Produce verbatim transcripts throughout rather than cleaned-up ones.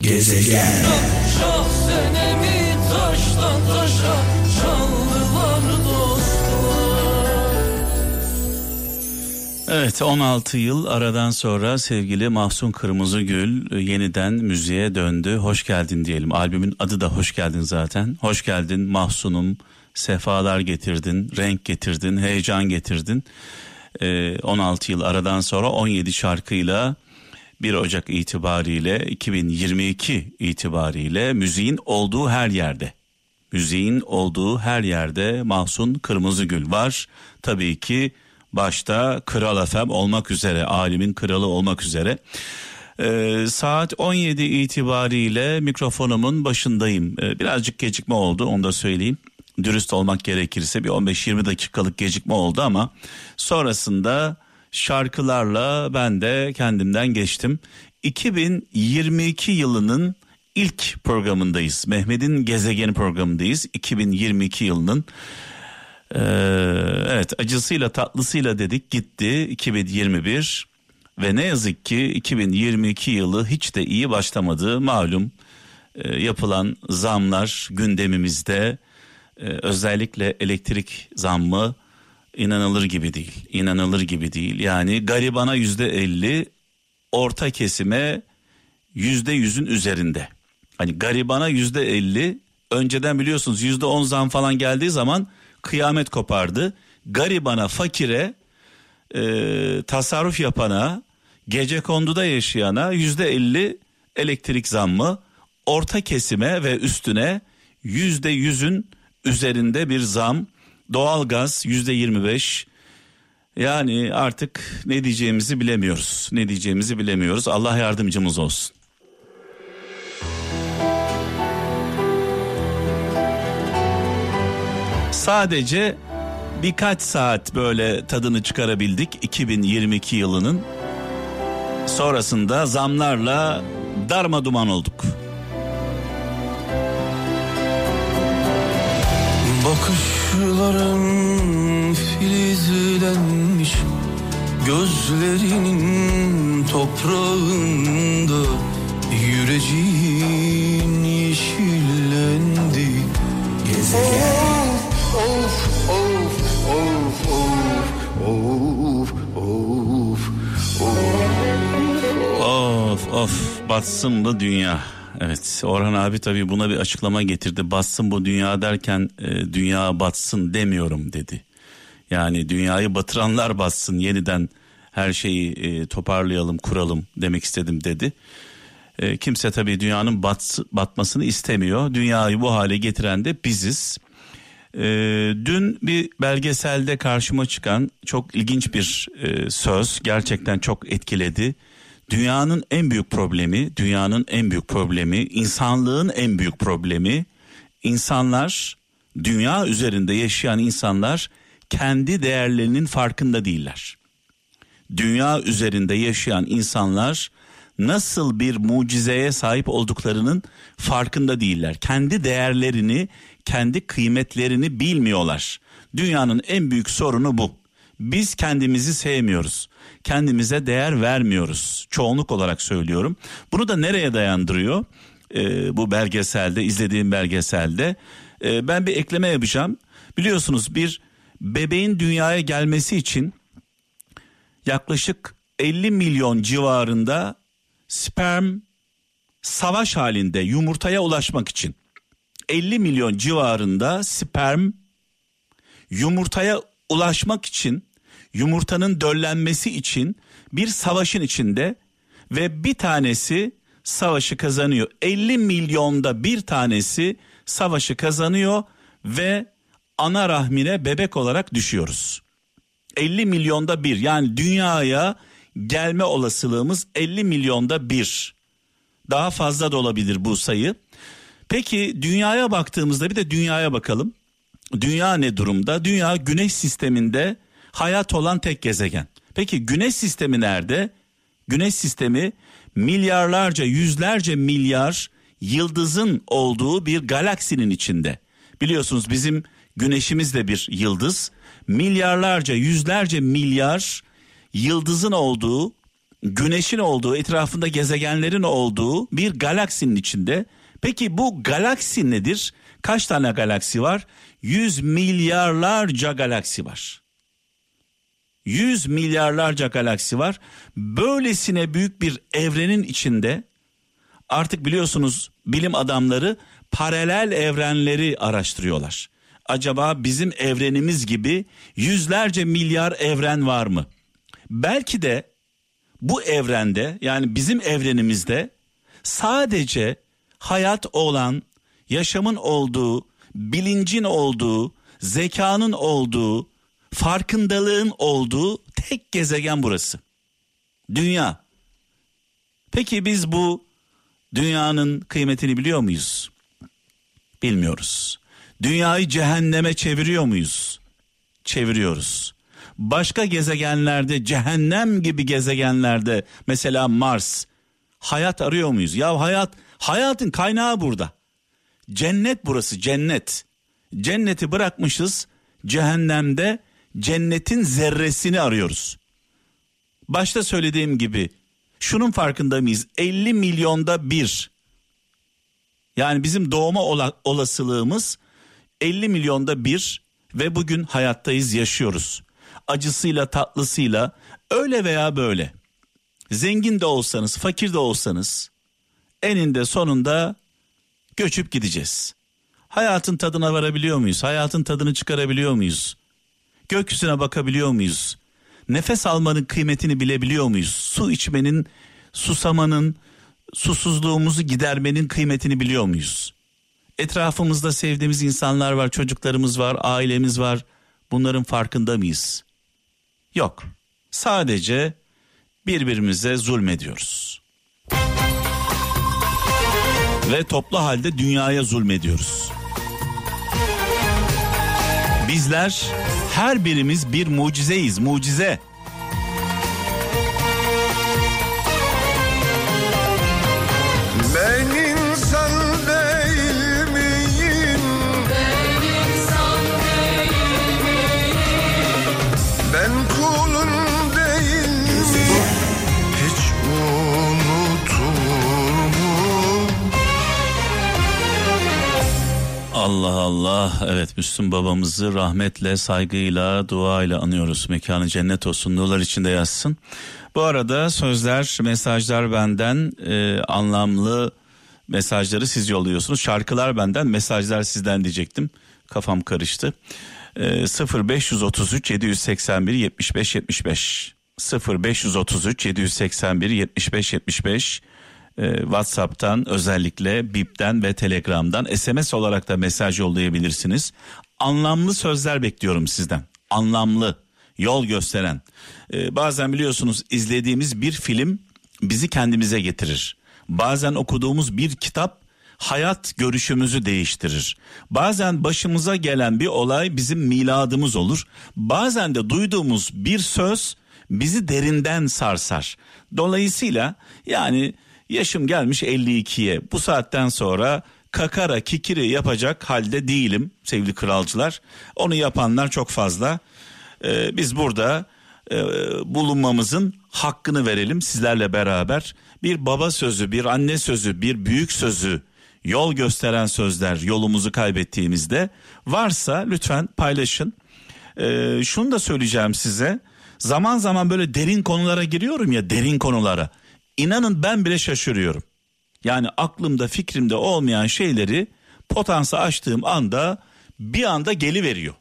Gezegen. Şahsenemi taştan taşa çaldılar dostlar. Evet, on altı yıl aradan sonra sevgili Mahsun Kırmızıgül yeniden müziğe döndü. Hoş geldin diyelim. Albümün adı da Hoş Geldin zaten. Hoş geldin Mahsun'um. Sefalar getirdin, renk getirdin, heyecan getirdin. Ee, on altı yıl aradan sonra on yedi şarkıyla bir Ocak itibariyle iki bin yirmi iki itibariyle müziğin olduğu her yerde. Müziğin olduğu her yerde Mahsun Kırmızıgül var. Tabii ki başta Kral F M olmak üzere, alemin kralı olmak üzere. Ee, saat on yedi itibariyle mikrofonumun başındayım. Ee, birazcık gecikme oldu, onu da söyleyeyim. Dürüst olmak gerekirse bir on beş yirmi dakikalık gecikme oldu ama sonrasında şarkılarla ben de kendimden geçtim. iki bin yirmi iki yılının ilk programındayız. Mehmet'in Gezegeni programındayız. iki bin yirmi iki yılının ee, evet acısıyla tatlısıyla dedik gitti iki bin yirmi bir ve ne yazık ki iki bin yirmi iki yılı hiç de iyi başlamadı. Malum e, yapılan zamlar gündemimizde. Ee, özellikle elektrik zammı inanılır gibi değil, inanılır gibi değil. Yani garibana yüzde elli, orta kesime yüzde yüzün üzerinde. Hani garibana yüzde elli, önceden biliyorsunuz yüzde on zam falan geldiği zaman kıyamet kopardı. Garibana, fakire, e, tasarruf yapana, gecekonduda yaşayana yüzde elli elektrik zammı, orta kesime ve üstüne yüzde yüzün üzerinde bir zam, doğalgaz yüzde yirmi beş. Yani artık ne diyeceğimizi bilemiyoruz. Ne diyeceğimizi bilemiyoruz. Allah yardımcımız olsun. Sadece birkaç saat böyle tadını çıkarabildik iki bin yirmi iki yılının. Sonrasında zamlarla darmaduman olduk. Bakışların filizlenmiş, gözlerinin toprağında, yüreceğin yeşillendi. Gezegen. Of of of of of of Of of batsın bu dünya. Evet, Orhan abi tabii buna bir açıklama getirdi. Batsın bu dünya derken e, dünya batsın demiyorum dedi. Yani dünyayı batıranlar batsın, yeniden her şeyi e, toparlayalım, kuralım demek istedim dedi. E, kimse tabii dünyanın batsı, batmasını istemiyor. Dünyayı bu hale getiren de biziz. E, dün bir belgeselde karşıma çıkan çok ilginç bir e, söz gerçekten çok etkiledi. Dünyanın en büyük problemi, dünyanın en büyük problemi, insanlığın en büyük problemi, insanlar, dünya üzerinde yaşayan insanlar kendi değerlerinin farkında değiller. Dünya üzerinde yaşayan insanlar nasıl bir mucizeye sahip olduklarının farkında değiller. Kendi değerlerini, kendi kıymetlerini bilmiyorlar. Dünyanın en büyük sorunu bu. Biz kendimizi sevmiyoruz. Kendimize değer vermiyoruz. Çoğunluk olarak söylüyorum. Bunu da nereye dayandırıyor? Ee, bu belgeselde, izlediğim belgeselde. Ee, ben bir ekleme yapacağım. Biliyorsunuz bir bebeğin dünyaya gelmesi için yaklaşık elli milyon civarında sperm savaş halinde yumurtaya ulaşmak için. elli milyon civarında sperm yumurtaya ulaşmak için, yumurtanın döllenmesi için bir savaşın içinde ve bir tanesi savaşı kazanıyor. elli milyonda bir tanesi savaşı kazanıyor ve ana rahmine bebek olarak düşüyoruz. elli milyonda bir, yani dünyaya gelme olasılığımız elli milyonda bir. Daha fazla da olabilir bu sayı. Peki dünyaya baktığımızda bir de dünyaya bakalım. Dünya ne durumda? Dünya güneş sisteminde hayat olan tek gezegen. Peki güneş sistemi nerede? Güneş sistemi milyarlarca, yüzlerce milyar yıldızın olduğu bir galaksinin içinde. Biliyorsunuz bizim güneşimiz de bir yıldız. Milyarlarca, yüzlerce milyar yıldızın olduğu güneşin olduğu, etrafında gezegenlerin olduğu bir galaksinin içinde. Peki bu galaksi nedir? Kaç tane galaksi var? Yüz milyarlarca galaksi var. Yüz milyarlarca galaksi var. Böylesine büyük bir evrenin içinde artık biliyorsunuz bilim adamları paralel evrenleri araştırıyorlar. Acaba bizim evrenimiz gibi yüzlerce milyar evren var mı? Belki de bu evrende, yani bizim evrenimizde sadece hayat olan, yaşamın olduğu, bilincin olduğu, zekanın olduğu, farkındalığın olduğu tek gezegen burası. Dünya. Peki biz bu dünyanın kıymetini biliyor muyuz? Bilmiyoruz. Dünyayı cehenneme çeviriyor muyuz? Çeviriyoruz. Başka gezegenlerde, cehennem gibi gezegenlerde, mesela Mars, hayat arıyor muyuz? Ya hayat, hayatın kaynağı burada. Cennet burası, cennet. Cenneti bırakmışız, cehennemde cennetin zerresini arıyoruz. Başta söylediğim gibi şunun farkında mıyız? elli milyonda bir. Yani bizim doğma ola, olasılığımız elli milyonda bir ve bugün hayattayız, yaşıyoruz. Acısıyla, tatlısıyla, öyle veya böyle. Zengin de olsanız, fakir de olsanız eninde sonunda göçüp gideceğiz. Hayatın tadına varabiliyor muyuz? Hayatın tadını çıkarabiliyor muyuz? Gökyüzüne bakabiliyor muyuz? Nefes almanın kıymetini bilebiliyor muyuz? Su içmenin, susamanın, susuzluğumuzu gidermenin kıymetini biliyor muyuz? Etrafımızda sevdiğimiz insanlar var, çocuklarımız var, ailemiz var. Bunların farkında mıyız? Yok. Sadece birbirimize zulmediyoruz. Ve toplu halde dünyaya zulmediyoruz. Bizler her birimiz bir mucizeyiz, mucize. Ben insan değil miyim? Ben insan değil miyim? Ben kulun değil miyim? Hiç unutur mu? Allah Allah, evet, Müslüm babamızı rahmetle, saygıyla, duayla anıyoruz. Mekanı cennet olsun, nurlar içinde yatsın. Bu arada sözler, mesajlar benden, e, anlamlı mesajları siz yolluyorsunuz. Şarkılar benden, mesajlar sizden diyecektim. Kafam karıştı. E, sıfır beş otuz üç yedi seksen bir yetmiş beş yetmiş beş sıfır beş otuz üç yedi seksen bir yetmiş beş yetmiş beş e, WhatsApp'tan, özellikle Bip'ten ve Telegram'dan S M S olarak da mesaj yollayabilirsiniz. Anlamlı sözler bekliyorum sizden. Anlamlı, yol gösteren. Ee, bazen biliyorsunuz izlediğimiz bir film bizi kendimize getirir. Bazen okuduğumuz bir kitap hayat görüşümüzü değiştirir. Bazen başımıza gelen bir olay bizim miladımız olur. Bazen de duyduğumuz bir söz bizi derinden sarsar. Dolayısıyla yani yaşım gelmiş elli ikiye, bu saatten sonra kakara kikiri yapacak halde değilim sevgili kralcılar. Onu yapanlar çok fazla. Ee, biz burada e, bulunmamızın hakkını verelim sizlerle beraber. Bir baba sözü, bir anne sözü, bir büyük sözü, yol gösteren sözler yolumuzu kaybettiğimizde varsa lütfen paylaşın. Ee, şunu da söyleyeceğim size. Zaman zaman böyle derin konulara giriyorum ya, derin konulara. İnanın ben bile şaşırıyorum. Yani aklımda, fikrimde olmayan şeyleri potansa açtığım anda bir anda geliveriyor.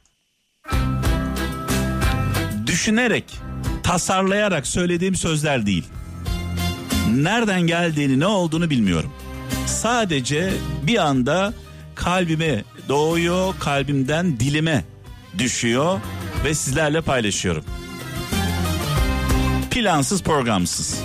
Düşünerek, tasarlayarak söylediğim sözler değil. Nereden geldiğini, ne olduğunu bilmiyorum. Sadece bir anda kalbime doğuyor, kalbimden dilime düşüyor ve sizlerle paylaşıyorum. Plansız, programsız.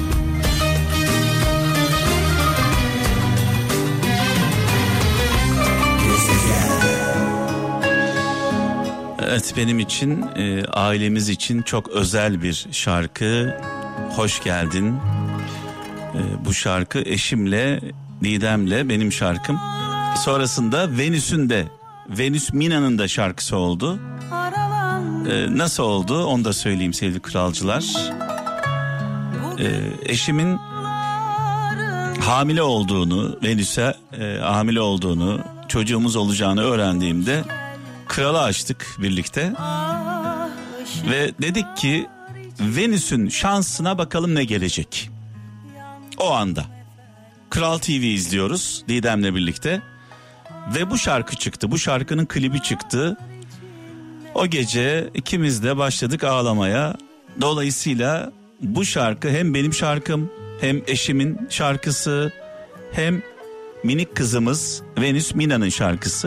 Evet, benim için, e, ailemiz için çok özel bir şarkı. Hoş geldin. E, bu şarkı eşimle, Didem'le benim şarkım. Sonrasında Venüs'ün de, Venüs Mina'nın da şarkısı oldu. E, nasıl oldu onu da söyleyeyim sevgili kralcılar. e, eşimin hamile olduğunu, Venüs'e e, hamile olduğunu, çocuğumuz olacağını öğrendiğimde kralı açtık birlikte. Ve dedik ki Venüs'ün şansına bakalım ne gelecek. O anda Kral T V izliyoruz Didem'le birlikte. Ve bu şarkı çıktı, bu şarkının klibi çıktı. O gece ikimiz de başladık ağlamaya. Dolayısıyla bu şarkı hem benim şarkım, hem eşimin şarkısı, hem minik kızımız Venüs Mina'nın şarkısı.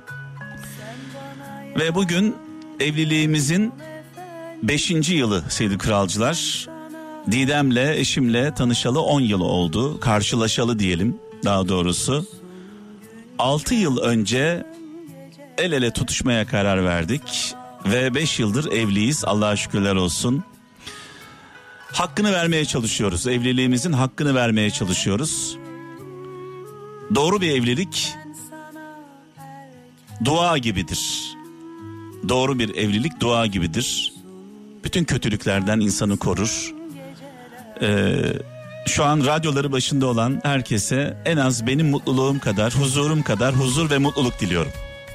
Ve bugün evliliğimizin beşinci yılı sevgili kralcılar. Didem'le, eşimle tanışalı on yıl oldu. Karşılaşalı diyelim daha doğrusu. altı yıl önce el ele tutuşmaya karar verdik. Ve beş yıldır evliyiz, Allah'a şükürler olsun. Hakkını vermeye çalışıyoruz. Evliliğimizin hakkını vermeye çalışıyoruz. Doğru bir evlilik dua gibidir. Doğru bir evlilik dua gibidir. Bütün kötülüklerden insanı korur. Ee, şu an radyoları başında olan herkese en az benim mutluluğum kadar, huzurum kadar huzur ve mutluluk diliyorum.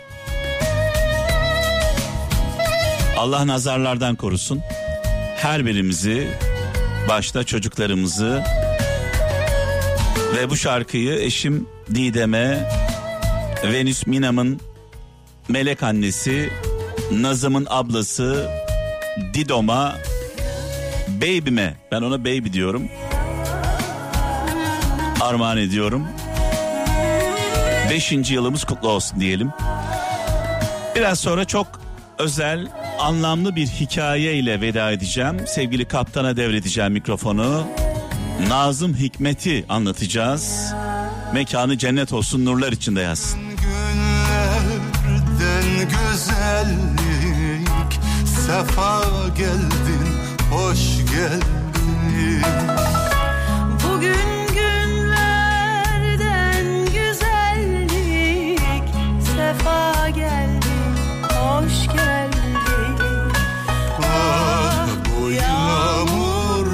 Allah nazarlardan korusun. Her birimizi, başta çocuklarımızı ve bu şarkıyı eşim Didem'e, Venüs Mina'mın melek annesi, Nazım'ın ablası Didom'a, baby'me, ben ona baby diyorum, armağan ediyorum. Beşinci yılımız kutlu olsun diyelim. Biraz sonra çok özel, anlamlı bir hikaye ile veda edeceğim. Sevgili kaptana devredeceğim mikrofonu. Nazım Hikmet'i anlatacağız. Mekanı cennet olsun, nurlar içinde yazsın. Günlerden güzellik, sefa geldin, hoş geldin. Bugün günlerden güzellik, sefa geldin, hoş geldin. Ah, bu yağmur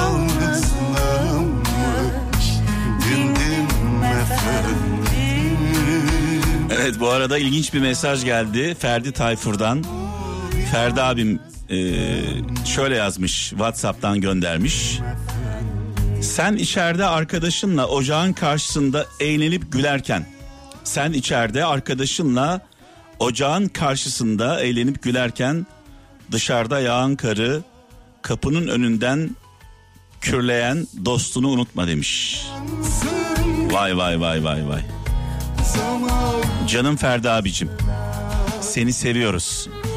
yalnızlamış, dindim efendim. Evet, bu arada ilginç bir mesaj geldi Ferdi Tayfur'dan. Ferdi abim e, şöyle yazmış, WhatsApp'tan göndermiş. Sen içeride arkadaşınla ocağın karşısında eğlenip gülerken, sen içeride arkadaşınla ocağın karşısında eğlenip gülerken dışarıda yağan karı, kapının önünden kürleyen dostunu unutma demiş. Vay vay vay vay vay. Canım Ferdi abicim, seni seviyoruz.